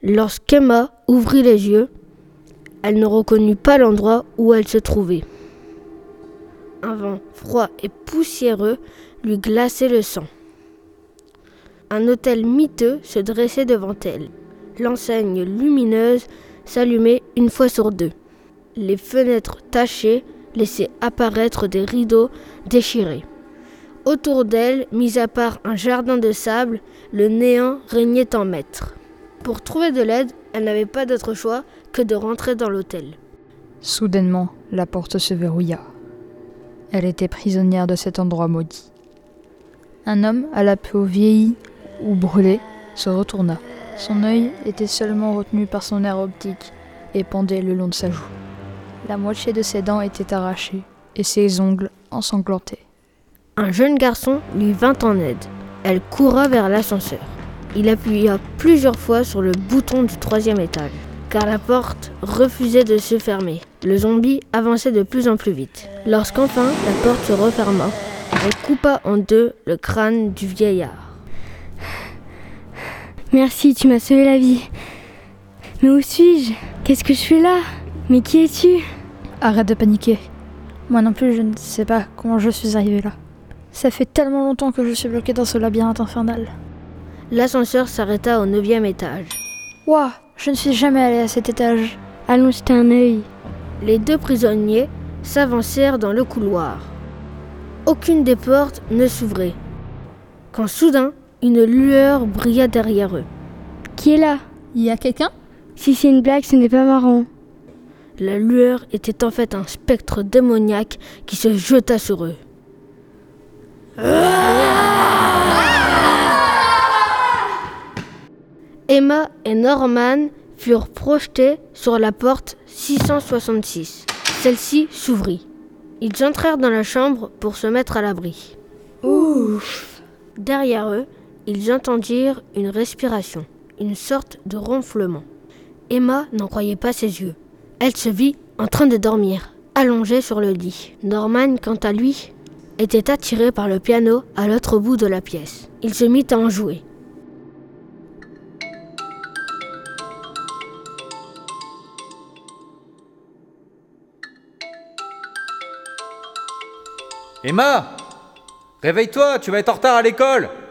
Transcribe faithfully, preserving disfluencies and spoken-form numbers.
Lorsqu'Emma ouvrit les yeux, elle ne reconnut pas l'endroit où elle se trouvait. Un vent froid et poussiéreux lui glaçait le sang. Un hôtel miteux se dressait devant elle. L'enseigne lumineuse s'allumait une fois sur deux. Les fenêtres tachées laissaient apparaître des rideaux déchirés. Autour d'elle, mis à part un jardin de sable, le néant régnait en maître. Pour trouver de l'aide, elle n'avait pas d'autre choix que de rentrer dans l'hôtel. Soudainement, la porte se verrouilla. Elle était prisonnière de cet endroit maudit. Un homme à la peau vieillie ou brûlée se retourna. Son œil était seulement retenu par son nerf optique et pendait le long de sa joue. La moitié de ses dents était arrachée et ses ongles ensanglantés. Un jeune garçon lui vint en aide. Elle courut vers l'ascenseur. Il appuya plusieurs fois sur le bouton du troisième étage, car la porte refusait de se fermer. Le zombie avançait de plus en plus vite. Lorsqu'enfin la porte se referma, elle coupa en deux le crâne du vieillard. Merci, tu m'as sauvé la vie. Mais où suis-je ? Qu'est-ce que je fais là ? Mais qui es-tu ? Arrête de paniquer. Moi non plus, je ne sais pas comment je suis arrivée là. Ça fait tellement longtemps que je suis bloquée dans ce labyrinthe infernal. L'ascenseur s'arrêta au neuvième étage. Ouah, je ne suis jamais allée à cet étage. Allons jeter un œil. Les deux prisonniers s'avancèrent dans le couloir. Aucune des portes ne s'ouvrait. Quand soudain, une lueur brilla derrière eux. Qui est là ? Il y a quelqu'un ? Si c'est une blague, ce n'est pas marrant. La lueur était en fait un spectre démoniaque qui se jeta sur eux. Emma et Norman furent projetés sur la porte six cent soixante-six. Celle-ci s'ouvrit. Ils entrèrent dans la chambre pour se mettre à l'abri. Ouf ! Derrière eux, ils entendirent une respiration, une sorte de ronflement. Emma n'en croyait pas ses yeux. Elle se vit en train de dormir, allongée sur le lit. Norman, quant à lui, était attiré par le piano à l'autre bout de la pièce. Il se mit à en jouer. Emma, réveille-toi, tu vas être en retard à l'école.